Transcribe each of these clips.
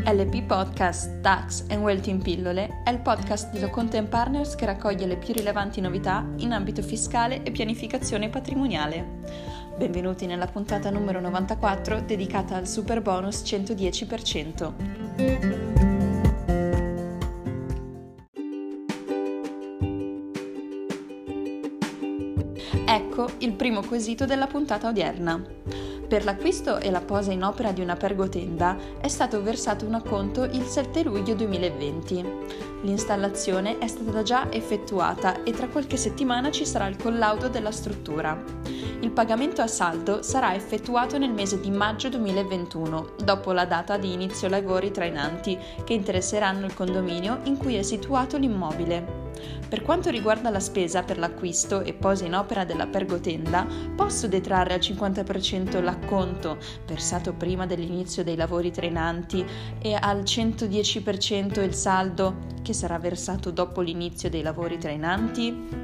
LP Podcast Tax and Wealth in pillole è il podcast di Loconte & Partners che raccoglie le più rilevanti novità in ambito fiscale e pianificazione patrimoniale. Benvenuti nella puntata numero 94 dedicata al super bonus 110%. Ecco il primo quesito della puntata odierna. Per l'acquisto e la posa in opera di una pergotenda è stato versato un acconto il 7 luglio 2020. L'installazione è stata già effettuata e tra qualche settimana ci sarà il collaudo della struttura. Il pagamento a saldo sarà effettuato nel mese di maggio 2021, dopo la data di inizio lavori trainanti che interesseranno il condominio in cui è situato l'immobile. Per quanto riguarda la spesa per l'acquisto e posa in opera della pergotenda, posso detrarre al 50% l'acconto versato prima dell'inizio dei lavori trainanti e al 110% il saldo che sarà versato dopo l'inizio dei lavori trainanti?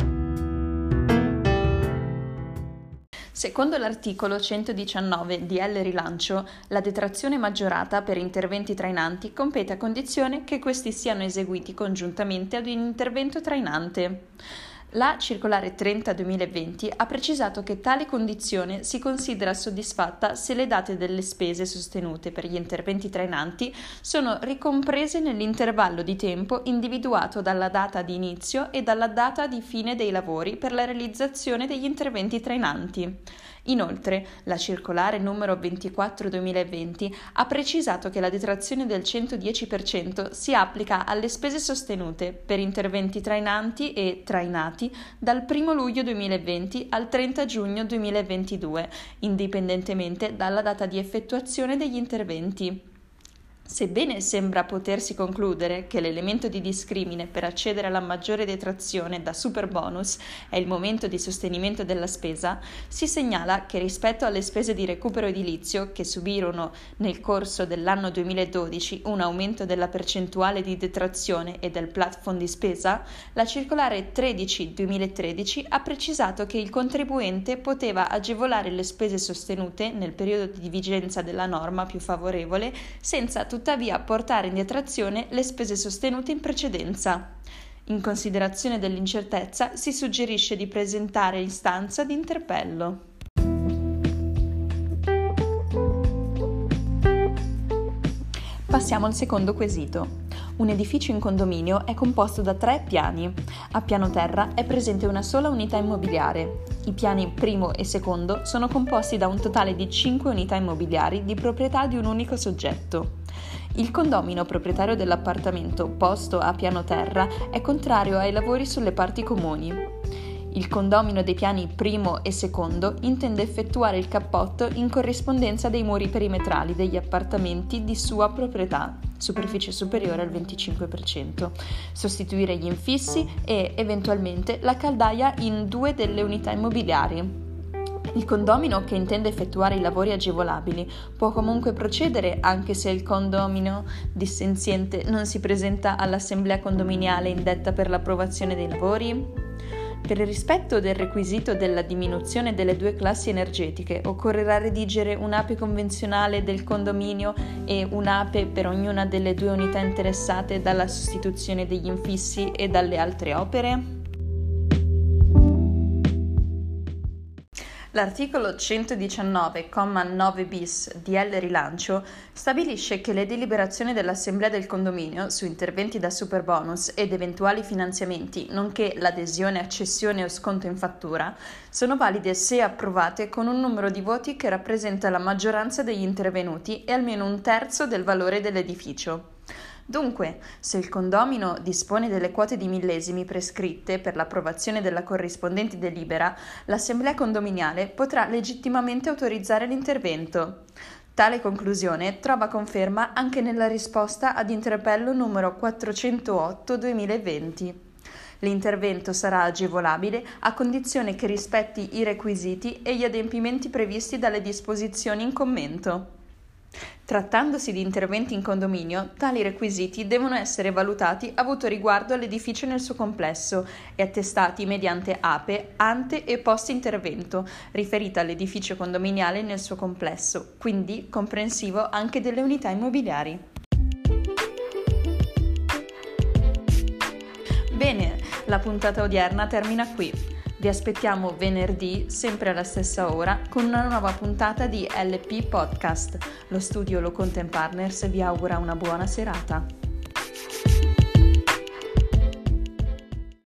Secondo l'articolo 119 di L Rilancio, la detrazione maggiorata per interventi trainanti compete a condizione che questi siano eseguiti congiuntamente ad un intervento trainante. La circolare 30/2020 ha precisato che tale condizione si considera soddisfatta se le date delle spese sostenute per gli interventi trainanti sono ricomprese nell'intervallo di tempo individuato dalla data di inizio e dalla data di fine dei lavori per la realizzazione degli interventi trainanti. Inoltre, la circolare numero 24/2020 ha precisato che la detrazione del 110% si applica alle spese sostenute per interventi trainanti e trainati dal 1 luglio 2020 al 30 giugno 2022, indipendentemente dalla data di effettuazione degli interventi. Sebbene sembra potersi concludere che l'elemento di discrimine per accedere alla maggiore detrazione da superbonus è il momento di sostenimento della spesa, si segnala che rispetto alle spese di recupero edilizio che subirono nel corso dell'anno 2012 un aumento della percentuale di detrazione e del plafond di spesa, la circolare 13/2013 ha precisato che il contribuente poteva agevolare le spese sostenute nel periodo di vigenza della norma più favorevole senza tuttavia portare in detrazione le spese sostenute in precedenza. In considerazione dell'incertezza, si suggerisce di presentare istanza di interpello. Passiamo al secondo quesito. Un edificio in condominio è composto da 3 piani. A piano terra è presente una sola unità immobiliare. I piani primo e secondo sono composti da un totale di 5 unità immobiliari di proprietà di un unico soggetto. Il condomino proprietario dell'appartamento posto a piano terra è contrario ai lavori sulle parti comuni. Il condomino dei piani primo e secondo intende effettuare il cappotto in corrispondenza dei muri perimetrali degli appartamenti di sua proprietà, superficie superiore al 25%, sostituire gli infissi e, eventualmente, la caldaia in 2 delle unità immobiliari. Il condomino che intende effettuare i lavori agevolabili può comunque procedere anche se il condomino dissenziente non si presenta all'assemblea condominiale indetta per l'approvazione dei lavori? Per il rispetto del requisito della diminuzione delle 2 classi energetiche, occorrerà redigere un'APE convenzionale del condominio e un'APE per ognuna delle 2 unità interessate dalla sostituzione degli infissi e dalle altre opere? L'articolo 119,9 bis di L Rilancio stabilisce che le deliberazioni dell'Assemblea del condominio su interventi da superbonus ed eventuali finanziamenti, nonché l'adesione, accessione o sconto in fattura, sono valide se approvate con un numero di voti che rappresenta la maggioranza degli intervenuti e almeno un terzo del valore dell'edificio. Dunque, se il condomino dispone delle quote di millesimi prescritte per l'approvazione della corrispondente delibera, l'assemblea condominiale potrà legittimamente autorizzare l'intervento. Tale conclusione trova conferma anche nella risposta ad interpello numero 408/2020. L'intervento sarà agevolabile a condizione che rispetti i requisiti e gli adempimenti previsti dalle disposizioni in commento. Trattandosi di interventi in condominio, tali requisiti devono essere valutati avuto riguardo all'edificio nel suo complesso e attestati mediante APE ante e post intervento, riferita all'edificio condominiale nel suo complesso, quindi comprensivo anche delle unità immobiliari. Bene, la puntata odierna termina qui. Vi aspettiamo venerdì, sempre alla stessa ora, con una nuova puntata di LP Podcast. Lo studio Locontent Partners vi augura una buona serata.